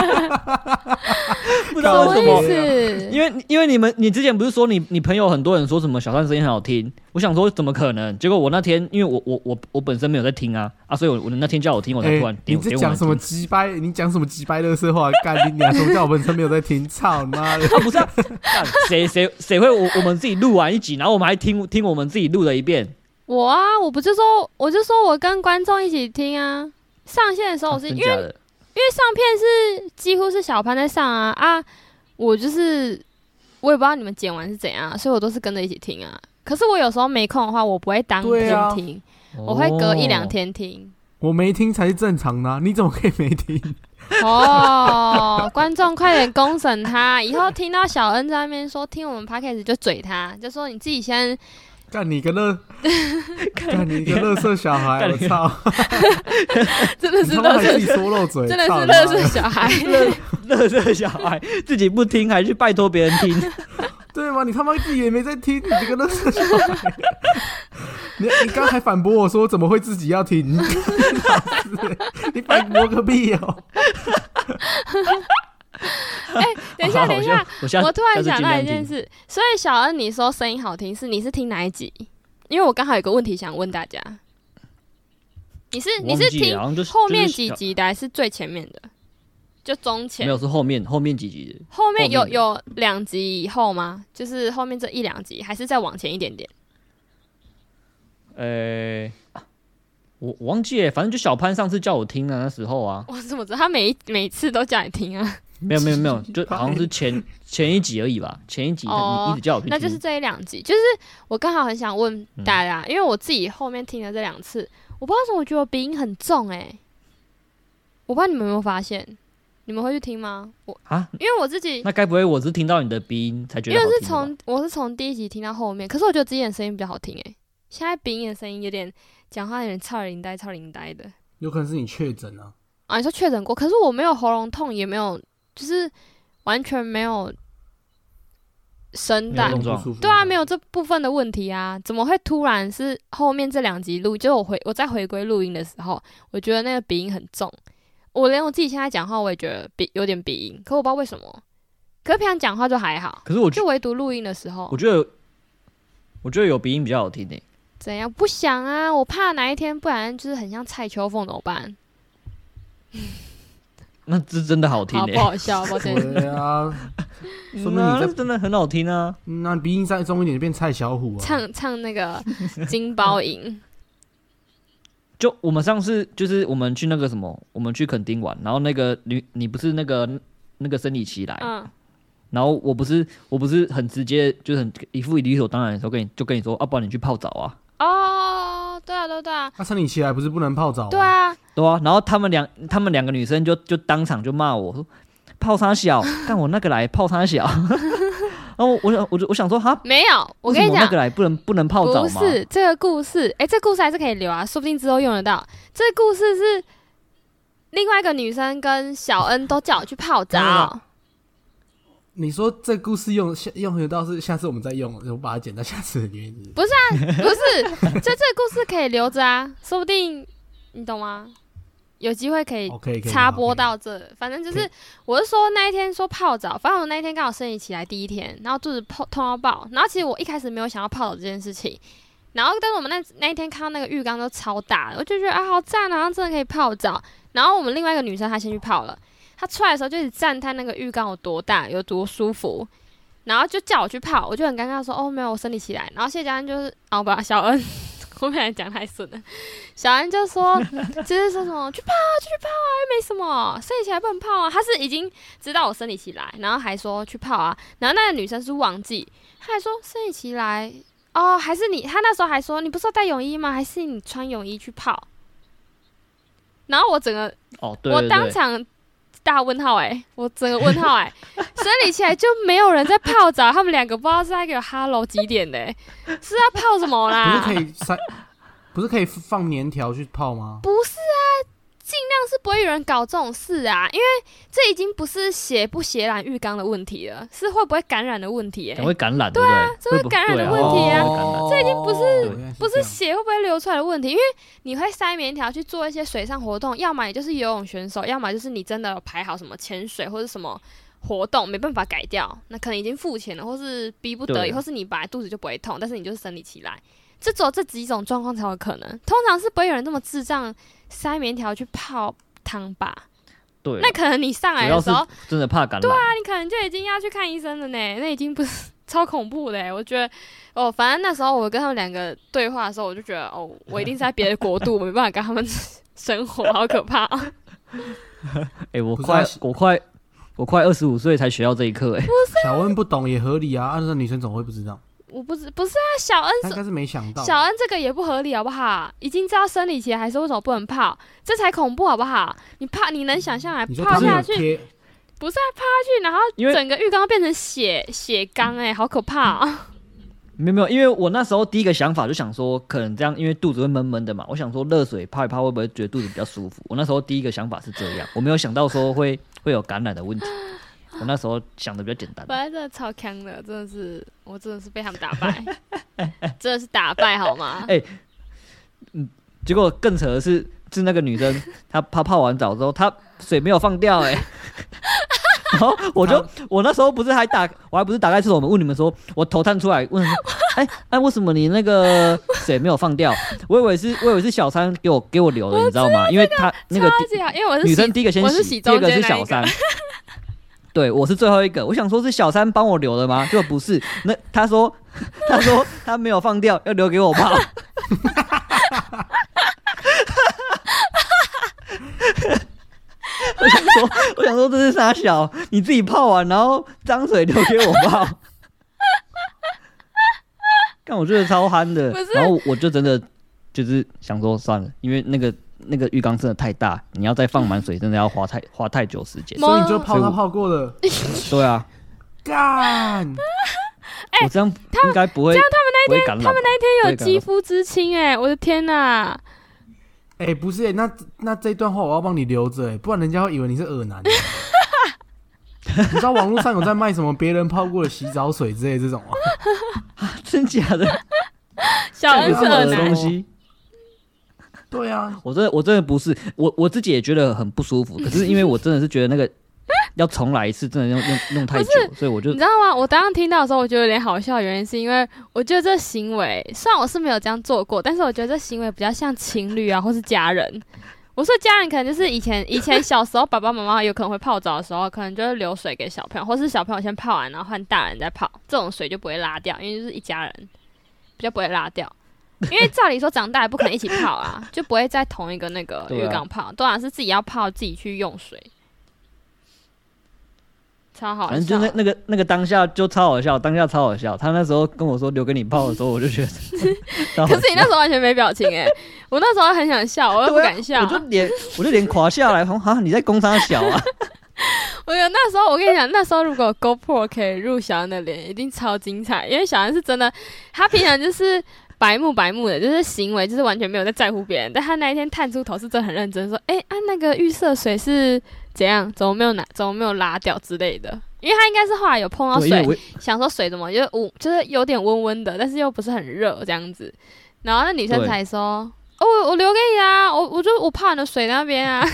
不知道为什么，因为因为你们你之前不是说你你朋友很多人说什么小三声音很好听，我想说怎么可能？结果我那天因为我我我我本身没有在听啊啊，所以我我那天叫我听，我才突然点。 欸、你在讲什么鸡掰？你讲什么鸡掰垃圾话？干你娘！什么叫我本身没有在听？操你妈的！ 啊不是啊，谁谁谁会我我们自己录完一集，然后我们还听听我们自己录了一遍？ 我啊，我不就说我就说我跟观众一起听啊。上线的时候我是、啊、因为因为上片是几乎是小潘在上啊啊，我就是我也不知道你们剪完是怎样，所以我都是跟着一起听啊。可是我有时候没空的话，我不会当天听，啊、我会隔一两天听。 我没听才是正常的、啊，你怎么可以没听？ 哦，观众快点公审他！以后听到小恩在那边说听我们 podcast 就嘴他，就说你自己先。 干你个乐，干你个乐色小孩！我操， 真的是乐色， 自己说漏嘴， 真的是乐色小孩， 乐色小孩，自己不听还去拜托别人听， 对吗？你他妈自己也没在听，你这个乐色小孩！你你刚还反驳我说怎么会自己要听？你, 你反驳个屁哦！ 哎、欸，等一下，等一下， 我, 我突然想到一件事，所以小恩，你说声音好听，是你是听哪一集？因为我刚好有个问题想问大家，你是你是听后面几集的，还是最前面的？就中前没有，是后面后面几集的。 后面有有两集以后吗？就是后面这一两集，还是再往前一点点？ 呃、欸。我我忘记了，反正就小潘上次叫我听的那时候啊。 我怎么知道他每每次都叫你听啊？ 没有没有没有，就好像是前前一集而已吧。前一集你一直叫我去听， 那就是这一两集。就是我刚好很想问大家，嗯、因为我自己后面听了这两次，我不知道为什么我觉得我鼻音很重哎、欸。我不知道你们有没有发现，你们会去听吗？我啊，因为我自己那该不会我是听到你的鼻音才觉得好听？ 因为是从我是从第一集听到后面，可是我觉得自己的声音比较好听哎、欸。现在鼻音的声音有点讲话有点超灵呆超灵呆的， 有可能是你确诊啊？ 啊，你说确诊过，可是我没有喉咙痛，也没有，就是完全没有声带，对啊，没有这部分的问题啊，怎么会突然是后面这两集录？就我回我在回归录音的时候，我觉得那个鼻音很重，我连我自己现在讲话我也觉得鼻有点鼻音，可我不知道为什么，可是平常讲话就还好， 可是我就唯独录音的时候， 我觉得我觉得有鼻音比较好听诶、欸。 怎样？不想啊！我怕哪一天，不然就是很像蔡秋凤怎么办？ 那这真的好听诶、欸， 好不好笑？抱歉。 对啊，说明你在真的很好听啊。 那鼻音再重一点，就变蔡小虎啊。 唱唱那个金包银。 就我们上次就是我们去那个什么，我们去垦丁玩，然后那个你你不是那个那个生理期来，嗯。然后我不是我不是很直接，就是很一副理所当然的时候跟你就跟你说，啊，不然你去泡澡啊。 哦，对啊，对啊，对啊。 那生理期来不是不能泡澡、啊？ 对啊， 对啊。然后他们两他们两个女生就就当场就骂我说，泡啥小，干我那个来泡啥小。然后我想我就我想说哈， 没有，我跟你讲， 那个来不能不能泡澡吗？ 不是这个故事，哎、欸，这个故事还是可以留啊，说不定之后用得到。这个故事是另外一个女生跟小恩都叫我去泡澡。 你说这故事用用得到是下次我们再用，我把它剪到下次的原因。 不是啊，不是，就这个故事可以留着啊，说不定你懂吗？有机会可以插播到这。Okay, 反正就是，我是说那一天说泡澡，反正我那一天刚好生理期来第一天，然后肚子痛到爆，然后其实我一开始没有想要泡澡这件事情，然后但是我们那那一天看到那个浴缸都超大的，我就觉得啊好赞啊，好像真的可以泡澡。然后我们另外一个女生她先去泡了。他出来的时候就一直赞叹那个浴缸有多大，有多舒服，然后就叫我去泡，我就很尴尬说哦没有，我生理期来。然后谢家恩就是哦不小恩， 我本来讲太顺了。小安就说，就是说什么去泡啊，就去泡啊，又没什么，生理期来不能泡啊。他是已经知道我生理期来，然后还说去泡啊。然后那个女生是忘记，她还说生理期来哦，还是你？她那时候还说你不是要带泳衣吗？还是你穿泳衣去泡？然后我整个， 哦，对对对， 我当场大问号哎、欸，我整个问号哎、欸，生理期来就没有人在泡澡，他们两个不知道是在给我 hello 几点的、欸，是要泡什么啦？ 不是可以塞，不是可以放棉条去泡吗？ 不是啊，尽量是不会有人搞这种事啊，因为这已经不是血不血染浴缸的问题了，是会不会感染的问题、欸。 会感染， 对啊，这会感染的问题啊， 哦、 这已经不是不是是血会不会流出来的问题，因为你会塞棉条去做一些水上活动，要么你就是游泳选手，要么就是你真的有排好什么潜水或者什么活动没办法改掉，那可能已经付钱了，或是逼不得已，或是你本来肚子就不会痛，但是你就是生理期来。这只有这几种状况才有可能，通常是不会有人这么智障塞棉条去泡汤吧？ 对， 那可能你上来的时候真的怕感染， 对啊，你可能就已经要去看医生了呢，那已经不是超恐怖的。我觉得哦，反正那时候我跟他们两个对话的时候，我就觉得哦，我一定是在别的国度，我没办法跟他们生活，好可怕、哦。 哎、欸，我快我快我快二十五岁才学到这一课哎、欸。 小恩不懂也合理啊，按、啊、照女生怎么会不知道？ 我不知不是啊，小恩应该是没想到。 小恩这个也不合理，好不好？已经知道生理期还是为什么不能泡？这才恐怖，好不好？你泡，你能想象啊？泡下去，不是啊，泡下去，然后整个浴缸变成血血缸，哎，好可怕啊！ 没有没有，因为我那时候第一个想法就想说，可能这样，因为肚子会闷闷的嘛，我想说热水泡一泡会不会觉得肚子比较舒服？我那时候第一个想法是这样，我没有想到说会会有感染的问题。我那时候想的比较简单， 本来真的超强的，真的是我真的是被他们打败，真的是打败好吗？ 哎、欸，嗯，结果更扯的是，是那个女生，她她泡完澡之后，她水没有放掉、欸，哎，然后我就我那时候不是还打，我还不是打开厕所，我们问你们说，我头探出来问，哎哎、欸，为什么你那个水没有放掉？我以为是，我以为是小三给我给我留的，你知道吗？因为她那个因为我是女生第一个先洗， 洗第二个是小三。对，我是最后一个。我想说是小三帮我留的吗？结果不是。那他说，他说他没有放掉，要留给我泡。我想说，我想说这是啥小？你自己泡完，然后脏水留给我泡。但我觉得超憨的，然后我就真的就是想说算了，因为那个。那个浴缸真的太大，你要再放满水，真的要花太花太久时间。 所以你就泡他泡过了。 对啊， 干！ 我这样应该不会。 这样他们那一天， 他们那一天有肌肤之亲哎、欸，我的天哪！ 哎、欸，不是哎、欸，那那这段话我要帮你留着哎、欸，不然人家会以为你是恶男。你知道网络上有在卖什么别人泡过的洗澡水之类的这种啊？真假的？ 小恩是恶男东西。 对啊， 我真的我真的不是我我自己也觉得很不舒服，可是因为我真的是觉得那个要重来一次，真的用用用太久，所以我就你知道吗？我刚刚听到的时候，我觉得有点好笑，原因是因为我觉得这行为虽然我是没有这样做过，但是我觉得这行为比较像情侣啊，或是家人。我说家人可能就是以前以前小时候爸爸妈妈有可能会泡澡的时候，可能就会留水给小朋友，或是小朋友先泡完，然后换大人再泡，这种水就不会拉掉，因为就是一家人，比较不会拉掉。因为照理说长大也不可能一起泡啊，就不会在同一个那个浴缸泡，当然、啊、是自己要泡，自己去用水，超好笑。 反正就那那个那个当下就超好笑，当下超好笑。他那时候跟我说留给你泡的时候，我就觉得， 可是你那时候完全没表情哎、欸，我那时候很想笑，我又不敢笑， 啊、我就脸我就脸垮下来，哈，你在攻三小啊？ 我有那时候，我跟你讲，那时候如果 GoPro 可以入小安的脸，一定超精彩，因为小安是真的，他平常就是白目白目的，就是行为就是完全没有在在乎别人，但他那一天探出头是真的很认真，说，哎、欸，啊那个预设水是怎样，怎么没有拿，怎么没有拉掉之类的，因为他应该是后来有碰到水，想说水怎么就温，就是有点温温的，但是又不是很热这样子，然后那女生才说，哦，我我留给你啊，我我就我泡你的水那边啊。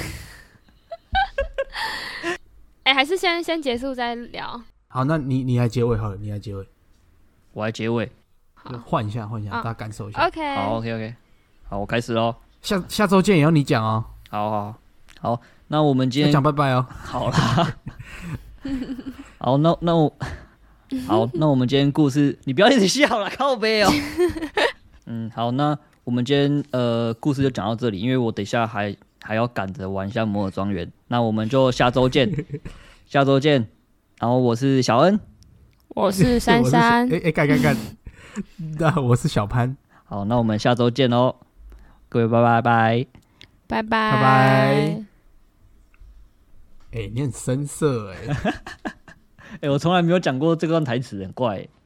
哎、欸，还是先先结束再聊。 好，那你你来结尾好了，你来结尾， 我来结尾。 换一下，换一下， 啊、 大家感受一下。 OK， 好 ，OK OK， 好，我开始喽。 下下周见也要你讲哦。 好好好，那我们今天讲拜拜哦。 好啦。好，那那我好，那我们今天故事，你不要一直笑了，靠北哦。嗯，好，那我们今天呃故事就讲到这里，因为我等一下还还要赶着玩一下摩尔庄园，那我们就下周见，下周见。然后我是小恩， 我是珊珊， 哎哎干干干，那我是小潘。 好，那我们下周见喽，各位拜拜拜拜拜拜拜。哎、欸，你很生涩哎、欸， 哎、欸，我从来没有讲过这段台词，很怪、欸。